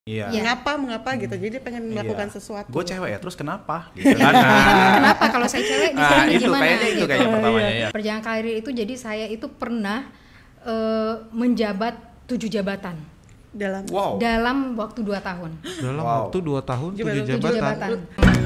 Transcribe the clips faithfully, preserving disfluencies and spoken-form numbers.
Iya. Mengapa, mengapa gitu. Hmm. Jadi dia pengen melakukan Iya. sesuatu. Gue cewek ya, terus kenapa? Gitu kan. Kenapa kalau saya cewek di Ah, sini itu gimana? kayaknya itu gitu. kayaknya pertamanya ya. Perjalanan karir itu jadi saya itu pernah uh, menjabat tujuh jabatan Dalam Wow. dalam waktu dua tahun. Dalam Wow. waktu dua tahun Jabatan- tujuh tujuh Tujuh jabatan. jabatan.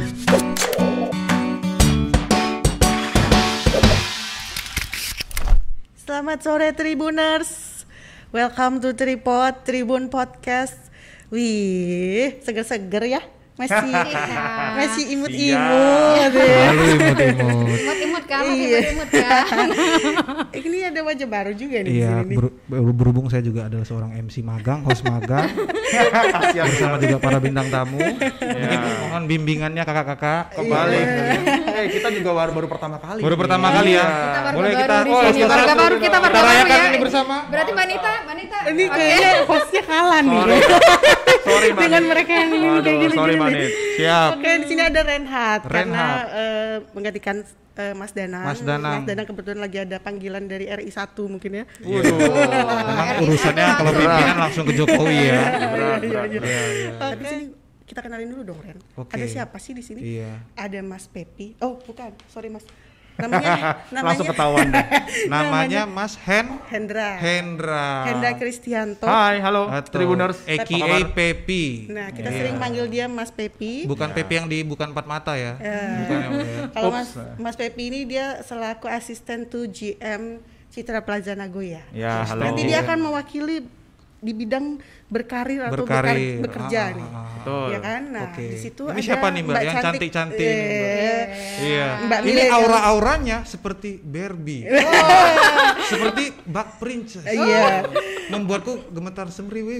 Selamat sore Tribuners. Welcome to Tripod, Tribun Podcast. Wih, seger-seger ya. Masih masih imut-imut. Lalu imut-imut. Imut-imut kan, masih Iya. imut-imut kan. Ini ada wajah baru juga nih di Iya, sini nih. ber- ber- berhubung saya juga adalah seorang M C magang, host magang, bersama juga para bintang tamu. Mungkin mohon bimbingannya kakak-kakak. Kembali. Eh, kita juga baru, baru pertama kali. Baru nih. pertama kali ya. Kita warga Boleh baru kita di oh, sini. kita Warga satu. baru, kita warga Kita baru rayakan ya. ini bersama. Berarti Mbak Nita, Mbak Nita. Ini Oke. kayaknya hostnya kalah nih. Sorry. Sorry, Mbak Dengan Nit. mereka yang ini Waduh, kayak gini. sorry, Mbak gini. Nit. Siap. Oke, di sini ada Renhat karena Renhat. eh, menggantikan eh, Mas Danang. Mas Danang. Mas Danang kebetulan lagi ada panggilan dari R I satu mungkin ya. Waduh. Memang R I urusannya satu kalau langsung. pimpinan langsung ke Jokowi ya. Berat, berat, Iya, berat. Iya, iya. Tapi sini kita kenalin dulu dong Ren. Oke. Ada siapa sih di sini? Iya. Ada Mas Pepi. Oh, bukan. Sorry Mas. Namanya namanya Langsung ketahuan deh. Namanya Mas Hen Hendra. Hendra. Hendra Kristianto. Hai, halo Atau Tribuners. A K Apa A kabar? Pepi. Nah, kita Iya. sering panggil dia Mas Pepi. Bukan Pepi yang di bukan empat mata ya. Eh, Bukan yang ya. Kalau Oops. Mas Mas Pepi ini dia selaku asisten to G M Citra Plaza Nagoya. Ya, halo. Nanti dia akan mewakili di bidang berkarir atau Berkarir. berkar- bekerja Ah, nih. ah, ah. Betul. Ya kan? Nah, Oke. di situ Ini ada siapa nih, Mbak? Yang cantik-cantik nih, Mbak. Eh, Iya. Mbak Ini Mile- aura-auranya seperti Barbie. Seperti Bak Princess. Iya. Membuatku gemetar semriwing.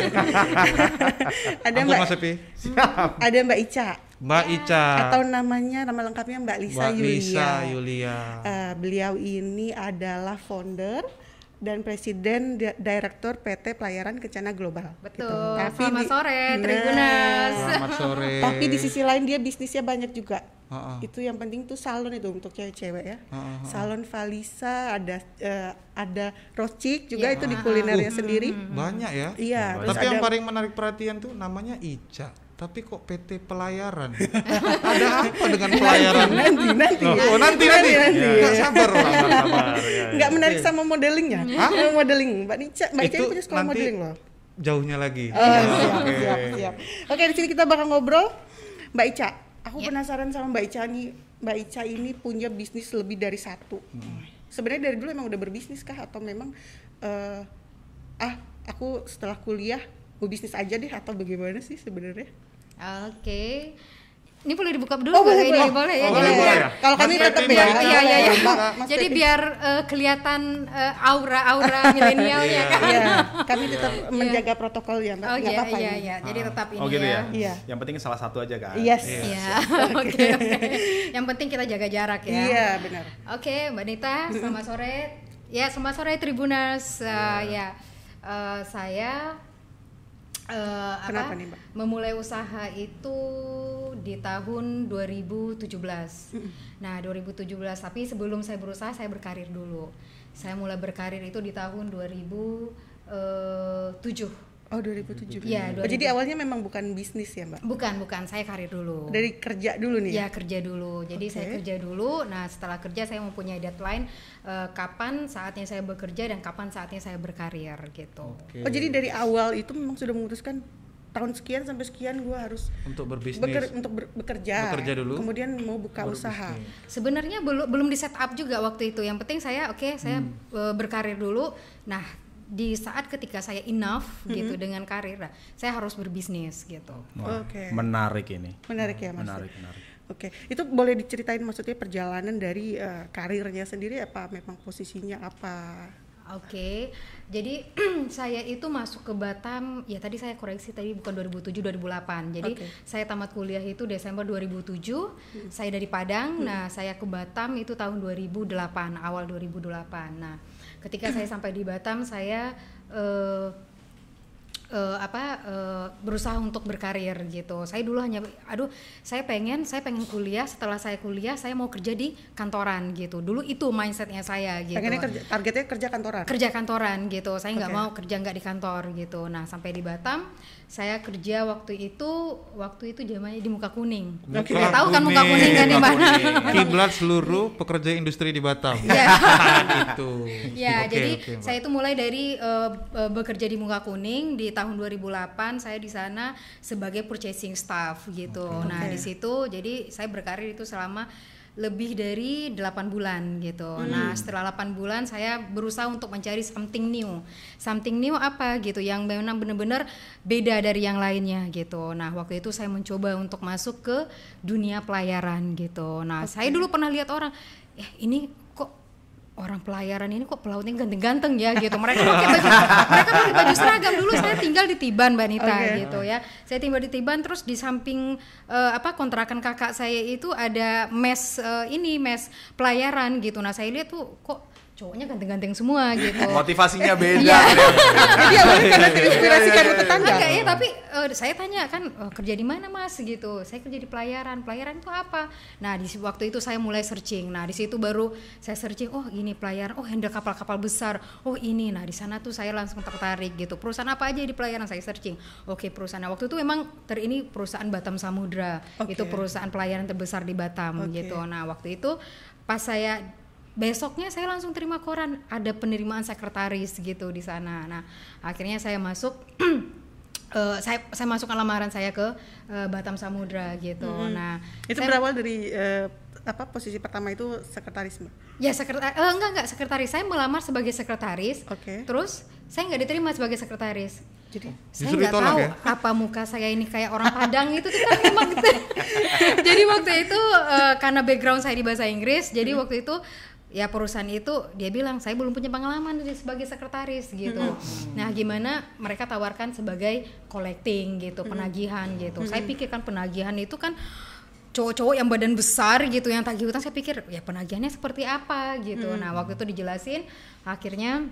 Ada Ampun, Mbak Mas Epi. ada Mbak Ica Mbak Ica. atau namanya nama lengkapnya Mbak Lisa Mbak Yulia. Lisa Yulia. Eh, beliau ini adalah founder dan presiden di- direktur P T Pelayaran Kencana Global. Betul. Gitu. Tapi Selamat di- sore, Nah, Tribuners. Selamat sore. Tapi di sisi lain dia bisnisnya banyak juga. Ha-ha. Itu yang penting tuh salon itu untuk cewek-cewek ya. Ha-ha. Salon Valisa, ada eh, ada Rocik juga Iya. itu di kulinernya Uh, sendiri. Banyak ya. Iya, terus Tapi yang ada- paling menarik perhatian tuh namanya Ica. Tapi kok P T Pelayaran? Ada apa dengan pelayaran? nanti nanti Oh, nanti nanti. nanti. Nggak sabar loh. Sabar, sabar. Ya, Nggak ya. menarik sama modelingnya. Eh, modeling Mbak Ica, Mbak Ica Itu ini punya sekolah nanti modeling loh. jauhnya lagi. Oh, siap, Oke. siap, siap. Oke, di sini kita bakal ngobrol. Mbak Ica, aku penasaran sama Mbak Ica nih. Mbak Ica ini punya bisnis lebih dari satu. Hmm. Sebenarnya dari dulu emang udah berbisnis kah atau memang eh, ah aku setelah kuliah mau bisnis aja deh atau bagaimana sih sebenarnya? Oke. Ini boleh dibuka dulu Oh, nggak? boleh, Ini boleh. boleh ya. Oh, Jadi boleh, biar boleh. Kalau kami Mas tetap Pepi, ya. Mbak Ica. Iya iya iya. Mbak- Mas Jadi Pepi. biar eh, kelihatan eh, aura-aura milenialnya kan. Iya, kami tetap menjaga protokol ya, Mbak. Oh Nggak iya apa-apa iya ini. iya. Jadi tetap ini Oh gitu ya. Iya. Yang penting salah satu aja kan. Yes. Iya. Oke. oke. Yang penting kita jaga jarak ya. Iya, benar. Oke, Mbak Nita, selamat sore. Ya, selamat sore Tribuners. Uh, ya, uh, saya uh, Kenapa apa? nih, Mbak? Memulai usaha itu di tahun dua ribu tujuh belas. Nah, dua ribu tujuh belas. Tapi sebelum saya berusaha, saya berkarir dulu. Saya mulai berkarir itu di tahun dua ribu tujuh. Oh, dua ribu tujuh. Iya, Oh, jadi awalnya memang bukan bisnis ya, Mbak? Bukan, bukan. Saya karir dulu. Dari kerja dulu nih. Ya kerja dulu. Jadi Oke. saya kerja dulu. Nah setelah kerja saya mempunyai deadline eh, kapan saatnya saya bekerja dan kapan saatnya saya berkarir gitu. Oke. Oh, jadi dari awal itu memang sudah memutuskan tahun sekian sampai sekian gue harus Untuk berbisnis. beker- untuk ber- bekerja. Bekerja dulu. Kemudian mau buka Baru usaha. bisnis. Sebenarnya belum belum di set up juga waktu itu. Yang penting saya oke saya eh, berkarir dulu. Nah di saat ketika saya enough gitu dengan karir, nah, saya harus berbisnis gitu. Wah, Oke. menarik ini. Menarik ya, Mas. Menarik, menarik. Oke, itu boleh diceritain maksudnya perjalanan dari eh, karirnya sendiri apa memang posisinya apa? Oke, jadi saya itu masuk ke Batam, ya tadi saya koreksi tadi bukan dua ribu tujuh dua ribu delapan. Jadi Oke. saya tamat kuliah itu Desember dua ribu tujuh, saya dari Padang, nah saya ke Batam itu tahun dua ribu delapan, awal dua ribu delapan. Nah, ketika saya sampai di Batam saya eh, uh, apa uh, berusaha untuk berkarir gitu. Saya dulu hanya aduh saya pengen saya pengen kuliah, setelah saya kuliah saya mau kerja di kantoran gitu. Dulu itu mindsetnya saya gitu. Pengennya kerja, targetnya kerja kantoran. Kerja kantoran gitu. Saya nggak Okay. mau kerja nggak di kantor gitu. Nah sampai di Batam saya kerja waktu itu waktu itu zamannya di Muka Kuning. Oke. Nggak tahu kan Muka Kuning kan di Muka mana? Kuning. Kiblat seluruh pekerja industri di Batam. Iya. Itu. Ya, Oke, jadi oke, Mbak. saya itu mulai dari uh, uh, bekerja di Muka Kuning di tahun dua ribu delapan. Saya di sana sebagai purchasing staff gitu. Nah, Oke. di situ jadi saya berkarir itu selama lebih dari delapan bulan gitu. Hmm. Nah, setelah delapan bulan saya berusaha untuk mencari something new. Something new apa gitu yang memang benar-benar beda dari yang lainnya gitu. Nah, waktu itu saya mencoba untuk masuk ke dunia pelayaran gitu. Nah, Oke. saya dulu pernah lihat orang, eh ini kok orang pelayaran ini kok pelautnya ganteng-ganteng ya gitu. Mereka pakai baju mereka pakai baju seragam. Dulu saya tinggal di Tiban, Mbak Nita Oke. gitu ya. Saya tinggal di Tiban, terus di samping eh, apa kontrakan kakak saya itu ada mes eh, ini mes pelayaran gitu. Nah, saya lihat tuh kok cowoknya ganteng-ganteng semua gitu. Motivasinya beda. Iya. Jadi awalnya karena terinspirasi dari tetangga. Enggak ya, tapi eh, saya tanya kan eh, kerja di mana Mas gitu. Saya kerja di pelayaran. Pelayaran itu apa? Nah, di waktu itu saya mulai searching. Nah, di situ baru saya searching, oh ini pelayaran, oh handle kapal-kapal besar. Oh ini. Nah, di sana tuh saya langsung tertarik gitu. Perusahaan apa aja di pelayaran saya searching. Oke, perusahaan. Nah, waktu itu memang ter ini perusahaan Batam Samudra. Oke. Itu perusahaan pelayaran terbesar di Batam Oke. gitu. Nah, waktu itu pas saya besoknya saya langsung terima koran ada penerimaan sekretaris gitu di sana. Nah, akhirnya saya masuk uh, saya saya masukkan lamaran saya ke uh, Batam Samudra gitu. Hmm. Nah, Itu saya- berawal dari eh, apa posisi pertama itu sekretaris, Mbak? ya sekretaris eh, enggak enggak sekretaris. Saya melamar sebagai sekretaris. Oke. Terus saya nggak diterima sebagai sekretaris. Jadi Saya Justru nggak ditolak tahu ya? apa muka saya ini kayak orang Padang itu tuh kan memang gitu. Jadi waktu itu eh, karena background saya di bahasa Inggris, jadi Hmm. waktu itu ya perusahaan itu dia bilang saya belum punya pengalaman di- sebagai sekretaris gitu. Hmm. Nah, gimana mereka tawarkan sebagai collecting gitu, penagihan gitu. Saya pikirkan penagihan itu kan cowok-cowok yang badan besar gitu yang tagih hutang, saya pikir ya penagihannya seperti apa gitu. Nah, waktu itu dijelasin akhirnya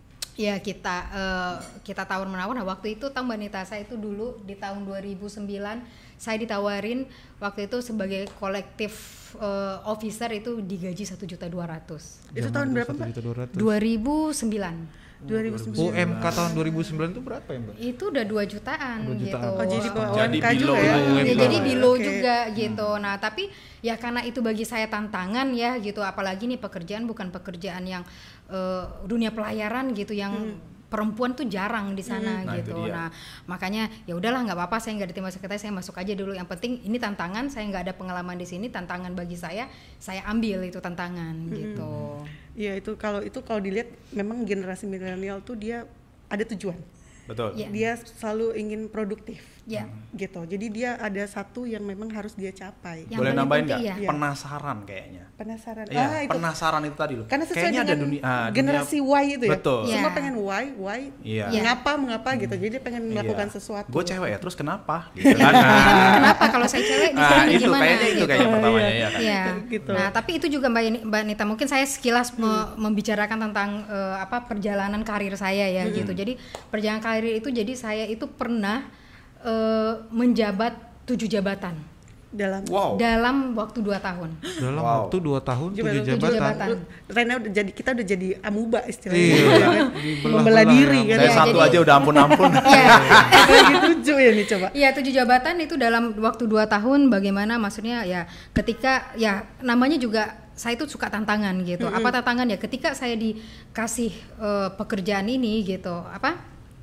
ya kita eh, kita tawar menawar. Nah, waktu itu tahu Mbak Nita, saya itu dulu di tahun dua ribu sembilan saya ditawarin waktu itu sebagai kolektif eh, officer itu digaji satu juta dua ratus itu tahun berapa, Mbak? dua ribu sembilan. dua ribu sembilan. U M K tahun dua ribu sembilan itu berapa ya, Mbak? Itu udah dua jutaan, dua gitu. jutaan. Oh, jadi bawah Jadi U M K below juga ya? lah. Ya, jadi Oke. below juga gitu. Nah, tapi ya karena itu bagi saya tantangan ya gitu, apalagi nih pekerjaan bukan pekerjaan yang eh, dunia pelayaran gitu yang perempuan tuh jarang di sana Nah, gitu. itu dia. Nah, makanya ya udahlah nggak apa-apa, saya nggak diterima sekretaris, saya masuk aja dulu. Yang penting ini tantangan, saya nggak ada pengalaman di sini, tantangan bagi saya, saya ambil itu tantangan gitu. Iya, itu kalau itu kalau dilihat memang generasi milenial tuh dia ada tujuan. Betul. Iya. Dia selalu ingin produktif. Ya. Gitu. Jadi dia ada satu yang memang harus dia capai. Yang Boleh paling nambahin penting nggak? ya. Penasaran kayaknya. Penasaran. Iya, ah, itu. penasaran itu tadi loh. Karena sesuai Kayaknya dengan ada dunia, ah, generasi dunia- Y itu ya. Betul. Iya. Semua pengen why, why, Iya. Iya. mengapa, mengapa gitu. Jadi dia pengen melakukan Iya. sesuatu. Gue cewek ya, terus kenapa? Gitu kan. Kenapa kalau saya cewek di Nah, sini itu gimana kayaknya itu gitu. kayaknya pertamanya ya kan. Iya. Gitu. Nah, tapi itu juga Mbak Ini- Mbak Nita, mungkin saya sekilas me- membicarakan tentang eh, apa perjalanan karir saya ya gitu. Jadi perjalanan karir itu jadi saya itu pernah eh, menjabat tujuh jabatan Dalam Wow. dalam waktu dua tahun. Dalam Wow. waktu dua tahun Jabatan- tujuh tujuh jabatan. jabatan. Rena udah jadi kita udah jadi amuba istilahnya. Iya. ya kan? Dibelah-belah Membela diri ya. kan. Saya Iya, satu jadi- aja udah ampun-ampun. Iya. Lagi tujuh ya nih coba. Iya, tujuh jabatan itu dalam waktu dua tahun. Bagaimana maksudnya ya ketika ya namanya juga saya itu suka tantangan gitu. Apa tantangan ya ketika saya dikasih eh, pekerjaan ini gitu. Apa?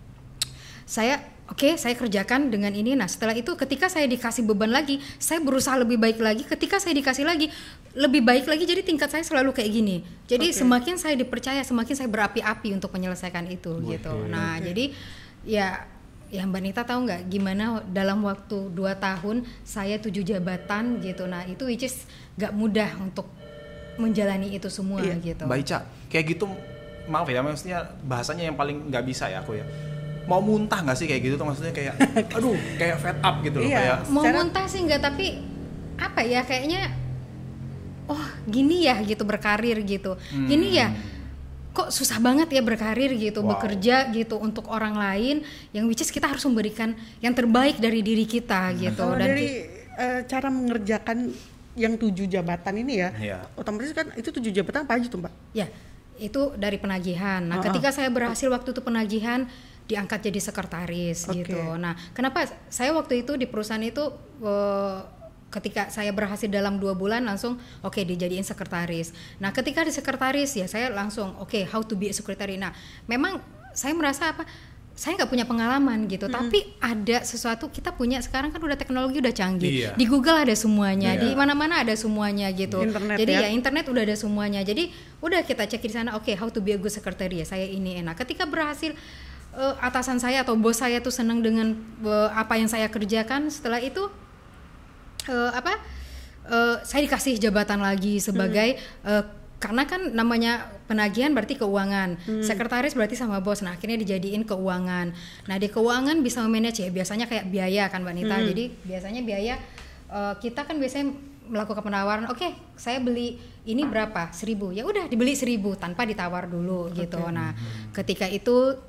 Saya oke, saya kerjakan dengan ini. Nah, setelah itu ketika saya dikasih beban lagi, saya berusaha lebih baik lagi. Ketika saya dikasih lagi, lebih baik lagi. Jadi tingkat saya selalu kayak gini. Jadi Oke. semakin saya dipercaya, semakin saya berapi-api untuk menyelesaikan itu gitu. Nah, jadi ya ya Mbak Nita tahu nggak gimana dalam waktu dua tahun saya tujuh jabatan gitu. Nah, itu which is nggak mudah untuk menjalani itu semua Iya. gitu. Mbak Ica, kayak gitu maaf ya, maksudnya bahasanya yang paling nggak bisa ya aku ya. Mau muntah nggak sih kayak gitu tuh, maksudnya kayak aduh kayak fed up gitu loh, Iya. kayak Mau Secara- muntah sih enggak, tapi apa ya kayaknya oh gini ya gitu berkarir gitu. Hmm. Gini ya kok susah banget ya berkarir gitu, Wow. bekerja gitu untuk orang lain, yang which is kita harus memberikan yang terbaik dari diri kita gitu. Kalau Dan dari ki- eh, cara mengerjakan yang tujuh jabatan ini ya, Iya. otomatis kan itu tujuh jabatan apa aja tuh Mbak? ya itu dari penagihan. Nah, Oh, ketika saya berhasil waktu itu penagihan diangkat jadi sekretaris Oke. gitu. Nah, kenapa saya waktu itu di perusahaan itu eh, ketika saya berhasil dalam dua bulan langsung oke okay, dijadiin sekretaris. Nah, ketika di sekretaris ya saya langsung oke okay, how to be a secretary. Nah, memang saya merasa apa? Saya nggak punya pengalaman gitu, Mm-hmm. tapi ada sesuatu kita punya sekarang kan udah teknologi udah canggih. Iya. Di Google ada semuanya, Iya. di mana-mana ada semuanya gitu. Internet Jadi ya. ya internet udah ada semuanya. Jadi udah kita cek di sana, oke okay, how to be a good secretary ya. Saya ini enak. Ketika berhasil uh, atasan saya atau bos saya tuh senang dengan uh, apa yang saya kerjakan, setelah itu uh, apa? Uh, saya dikasih jabatan lagi sebagai uh, karena kan namanya penagihan berarti keuangan, sekretaris berarti sama bos. Nah akhirnya dijadiin keuangan. Nah di keuangan bisa memanage ya biasanya kayak biaya kan Mbak Nita. Jadi biasanya biaya uh, kita kan biasanya melakukan penawaran. Oke, okay, saya beli ini berapa? Seribu. Ya udah dibeli seribu tanpa ditawar dulu gitu. Nah ketika itu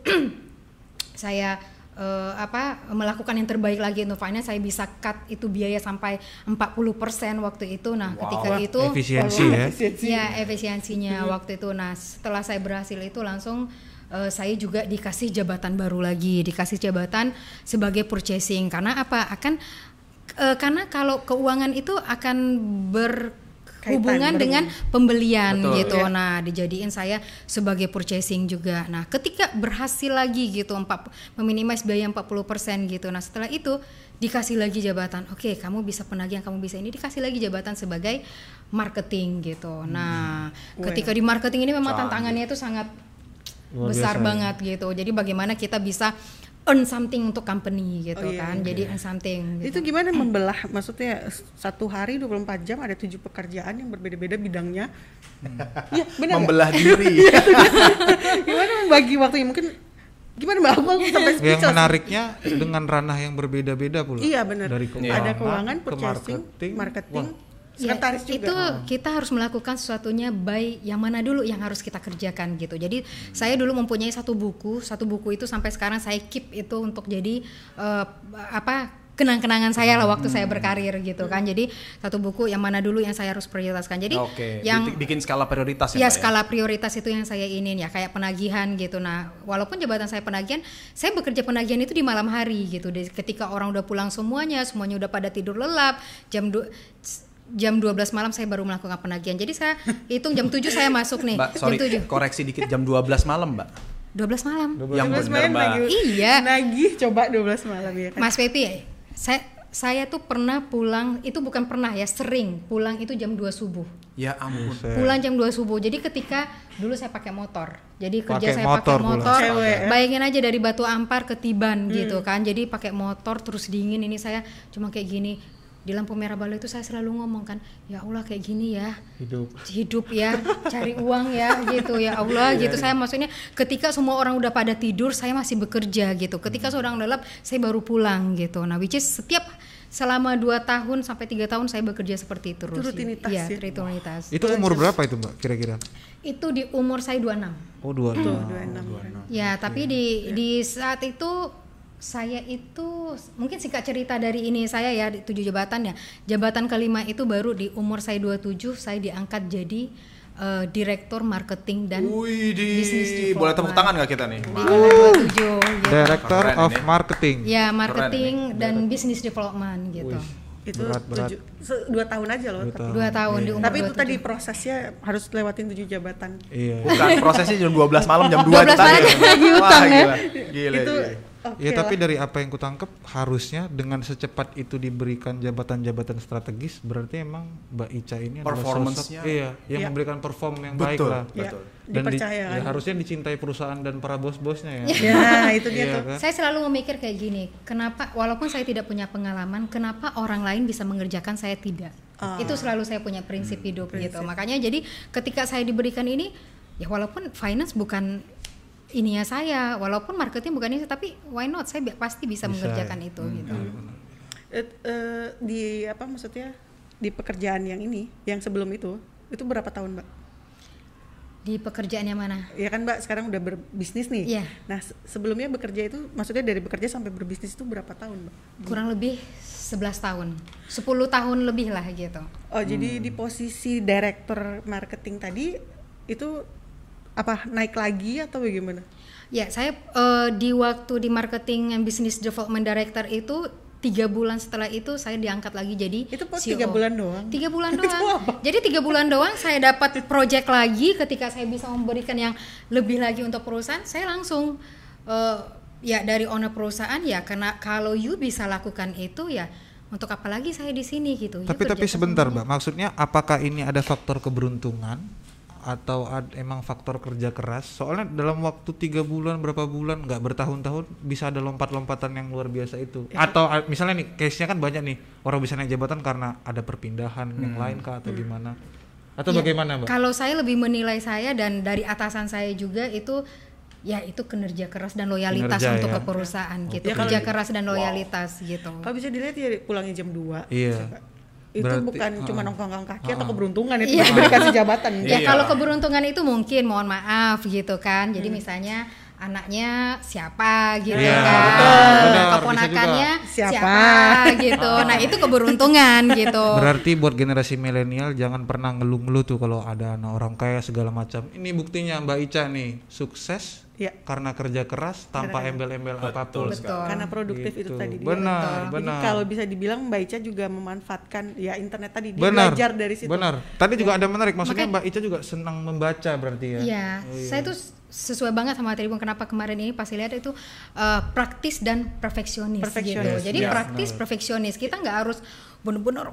saya uh, apa melakukan yang terbaik lagi untuk finance, saya bisa cut itu biaya sampai empat puluh persen waktu itu. Nah, Wow. ketika Wah, itu efisiensi ya. ya efisiensinya waktu itu. Nah, setelah saya berhasil itu langsung uh, saya juga dikasih jabatan baru lagi, dikasih jabatan sebagai purchasing. Karena apa? Akan uh, karena kalau keuangan itu akan ber hubungan Kaitan, dengan pembelian Betul, gitu. ya. Nah, dijadiin saya sebagai purchasing juga. Nah, ketika berhasil lagi gitu empat meminimize biaya empat puluh persen gitu. Nah, setelah itu dikasih lagi jabatan. Oke, kamu bisa penagihan, kamu bisa ini, dikasih lagi jabatan sebagai marketing gitu. Nah, Wah. ketika di marketing ini memang Canggih. tantangannya itu sangat Luar besar biasa, ya. banget gitu. Jadi bagaimana kita bisa earn something untuk company gitu Oh, iya, kan. iya. Jadi earn something gitu. Itu gimana membelah, maksudnya satu hari dua puluh empat jam ada tujuh pekerjaan yang berbeda-beda bidangnya. Iya, benar nggak? Membelah diri. Gimana membagi waktunya? Mungkin gimana Mbak? Aku, aku sampai Yang speechless. menariknya dengan ranah yang berbeda-beda pula. Iya, benar. Dari Ada keuangan, ke purchasing, marketing. marketing, Wah, sekretaris Ya, juga. itu kita harus melakukan sesuatunya by yang mana dulu yang harus kita kerjakan gitu. Jadi saya dulu mempunyai satu buku, satu buku itu sampai sekarang saya keep itu untuk jadi uh, apa kenang-kenangan saya lah waktu saya berkarir gitu kan. Jadi satu buku yang mana dulu yang saya harus prioritaskan. Jadi Oke, yang bikin- bikin skala prioritas ya ya, Mbak, skala prioritas itu yang saya ingin ya kayak penagihan gitu. Nah walaupun jabatan saya penagihan, saya bekerja penagihan itu di malam hari gitu. Di- ketika orang udah pulang semuanya, semuanya udah pada tidur lelap, jam dua jam dua belas malam saya baru melakukan penagihan. Jadi saya hitung jam tujuh saya masuk nih. Mbak, jam sorry, tujuh. koreksi dikit, jam dua belas malam, Mbak. dua belas malam. Yang dua belas benar, malam Mbak. nagih. Iya. Nagih coba dua belas malam ya kan. Mas Pepi, saya saya tuh pernah pulang, itu bukan pernah ya, sering pulang itu jam dua subuh. Ya ampun. Buset. Pulang jam dua subuh. Jadi ketika dulu saya pakai motor. Jadi kerja Pakai saya motor pakai pulang. motor. Cewek, ya? Bayangin aja dari Batu Ampar ke Tiban gitu kan. Jadi pakai motor terus dingin, ini saya cuma kayak gini. Di lampu merah Balai itu saya selalu ngomong kan, ya Allah kayak gini ya. hidup. Hidup ya, cari uang ya gitu ya Allah gitu. Saya maksudnya ketika semua orang udah pada tidur, saya masih bekerja gitu. Ketika seorang lelap, saya baru pulang gitu. Nah, which is setiap selama dua tahun sampai tiga tahun saya bekerja seperti itu terus. Itu rutinitas Iya, ya? rutinitas. Itu umur berapa itu Mbak kira-kira? Itu di umur saya dua puluh enam. Oh dua. Tuh, dua puluh enam. Ya, tapi di di saat itu saya itu mungkin singkat cerita dari ini saya ya di tujuh jabatan ya. Jabatan kelima itu baru di umur saya dua puluh tujuh saya diangkat jadi eh, direktur marketing dan Wih, di bisnis development. boleh tepuk tangan nggak kita nih? Di umur dua puluh tujuh gitu. Director Keren of ini. Marketing. Ya, marketing Keren dan business development gitu. Wih, Itu berat, berat. tujuh, se- dua tahun aja loh. Dua tapi- tahun. Dua tahun di umur Tapi itu dua puluh tujuh. tadi prosesnya harus lewatin tujuh jabatan. Iya. Bukan, prosesnya jam dua belas malam, jam dua dua itu belas tadi. malam lagi Wah, utang ya. gila. Gila, itu gila. oke Ya tapi lah. dari apa yang kutangkep harusnya dengan secepat itu diberikan jabatan-jabatan strategis berarti emang Mbak Ica ini adalah Performance-nya. sosok iya yang Iya. memberikan perform yang baik Betul, lah. Ya, betul. Dan di- dipercaya ya kan. harusnya dicintai perusahaan dan para bos-bosnya ya. Ya, itu dia Iya tuh. kan? Saya selalu memikir kayak gini, kenapa walaupun saya tidak punya pengalaman, kenapa orang lain bisa mengerjakan saya tidak? Ah. Itu selalu saya punya prinsip hidup gitu. prinsip. Makanya jadi ketika saya diberikan ini, ya walaupun finance bukan ininya saya, walaupun marketing bukan ini, tapi why not? Saya bi- pasti bisa, Bisa. mengerjakan itu gitu. Eh, eh, di apa maksudnya di pekerjaan yang ini, yang sebelum itu, itu berapa tahun Mbak? Di pekerjaan yang mana? Ya kan Mbak sekarang udah berbisnis nih. Iya. Nah se- sebelumnya bekerja itu, maksudnya dari bekerja sampai berbisnis itu berapa tahun Mbak? Kurang lebih sebelas tahun, sepuluh tahun lebih lah gitu. Oh jadi di posisi director marketing tadi itu apa naik lagi atau bagaimana? Ya, saya eh, di waktu di marketing and business development director itu tiga bulan setelah itu saya diangkat lagi jadi Itu pas C O. tiga bulan doang? Tiga bulan Itu doang. apa? Jadi tiga bulan doang saya dapat project lagi. Ketika saya bisa memberikan yang lebih lagi untuk perusahaan, saya langsung eh, ya dari owner perusahaan ya, karena kalau you bisa lakukan itu ya untuk apa lagi saya di sini gitu. You Tapi tapi kerjakan sebentar semuanya. Mbak, maksudnya apakah ini ada faktor keberuntungan atau ad, emang faktor kerja keras? Soalnya dalam waktu tiga bulan berapa bulan nggak bertahun-tahun bisa ada lompat-lompatan yang luar biasa itu. Ya. Atau a- misalnya nih case-nya kan banyak nih orang bisa naik jabatan karena ada perpindahan yang lain kah atau gimana? Atau Ya, bagaimana Mbak? Kalau saya lebih menilai saya dan dari atasan saya juga itu ya itu kinerja keras dan loyalitas Kinerja, untuk ya. ke perusahaan gitu. Ya, Kerja kalau- keras dan loyalitas gitu. Kalau bisa dilihat ya pulangnya jam dua. Iya. Itu Berarti- bukan cuma uh-uh. nongkrong kaki Uh-uh. atau keberuntungan itu Iya. tiba-tiba dikasih jabatan. Ya Iya. kalau keberuntungan itu mungkin mohon maaf gitu kan. Jadi misalnya anaknya siapa gitu Iya, kan. betul. Benar, Keponakannya bisa juga. siapa, Siapa. gitu. Nah, itu keberuntungan gitu. Berarti buat generasi milenial jangan pernah ngeluh-ngeluh tuh kalau ada anak orang kaya segala macam. Ini buktinya Mbak Ica nih sukses Ya. karena kerja keras tanpa Karena- embel-embel Betul apapun. sekali. Betul. Karena produktif Gitu. itu tadi dia. Benar, Jadi benar. kalau bisa dibilang Mbak Ica juga memanfaatkan ya internet tadi, dia Benar. belajar dari situ. Benar. Tadi juga ada menarik, maksudnya Makanya- Mbak Ica juga senang membaca berarti ya. Iya, Oh, iya. saya tuh sesuai banget sama Tribun. Kenapa kemarin ini pasti lihat itu uh, praktis dan perfeksionis, Perfeksionis, gitu. Jadi yes. praktis, perfeksionis. Kita nggak harus benar-benar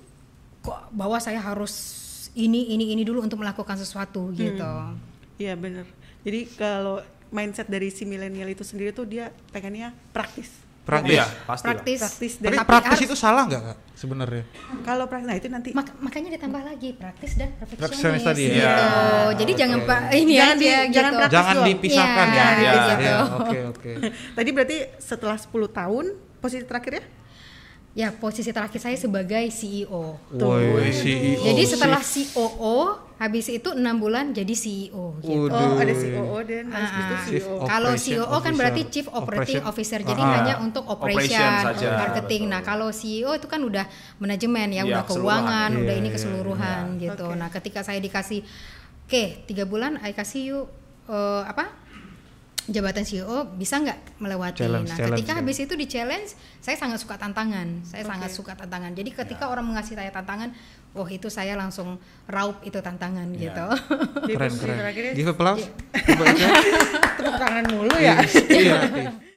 kok bahwa saya harus ini ini ini dulu untuk melakukan sesuatu gitu. Iya benar. Jadi kalau mindset dari si milenial itu sendiri tuh dia pengennya praktis. Praktis. Iya, pasti lah. Praktis. Praktis Tapi dan Tapi praktis harus- itu salah nggak Kak sebenarnya? kalau praktis nah itu nanti Mak- makanya ditambah lagi praktis dan perfeksionis, Perfeksionis tadi ya? gitu. Iya. Jadi Oke. jangan pak ini Jangan aja di- gitu. jangan praktis Jangan doang. dipisahkan Iya, ya. iya, Iya, gitu. Oke, oke. tadi berarti setelah sepuluh tahun posisi terakhir ya? Ya, posisi terakhir saya sebagai C E O. Woi, C E O. Jadi setelah C O O, habis itu enam bulan jadi C E O gitu. Oh, Waduh. ada C O O dan habis Ah, itu ah. C Chief E O. of- Kalau Operation C O O kan berarti Officer. Chief Operating Operation. Officer, jadi Ah. hanya untuk Operation operation, saja, marketing. betul. Nah, kalau C E O itu kan udah manajemen ya, Iya, udah keuangan, keseluruhan. udah Iya, ini iya, keseluruhan iya. gitu. Oke. Nah, ketika saya dikasih, oke, tiga bulan, I kasih you eh, apa? Jabatan C E O bisa nggak melewati. Challenge, Nah, challenge, ketika ya. habis itu di challenge, saya sangat suka tantangan. Saya Oke. sangat suka tantangan. Jadi Ya. ketika orang mengasih saya tantangan, oh itu saya langsung raup itu tantangan Ya. gitu. Jadi Keren, posisi keren. terakhirnya Give applause. Coba Ica. tepuk tangan mulu ya. Iya.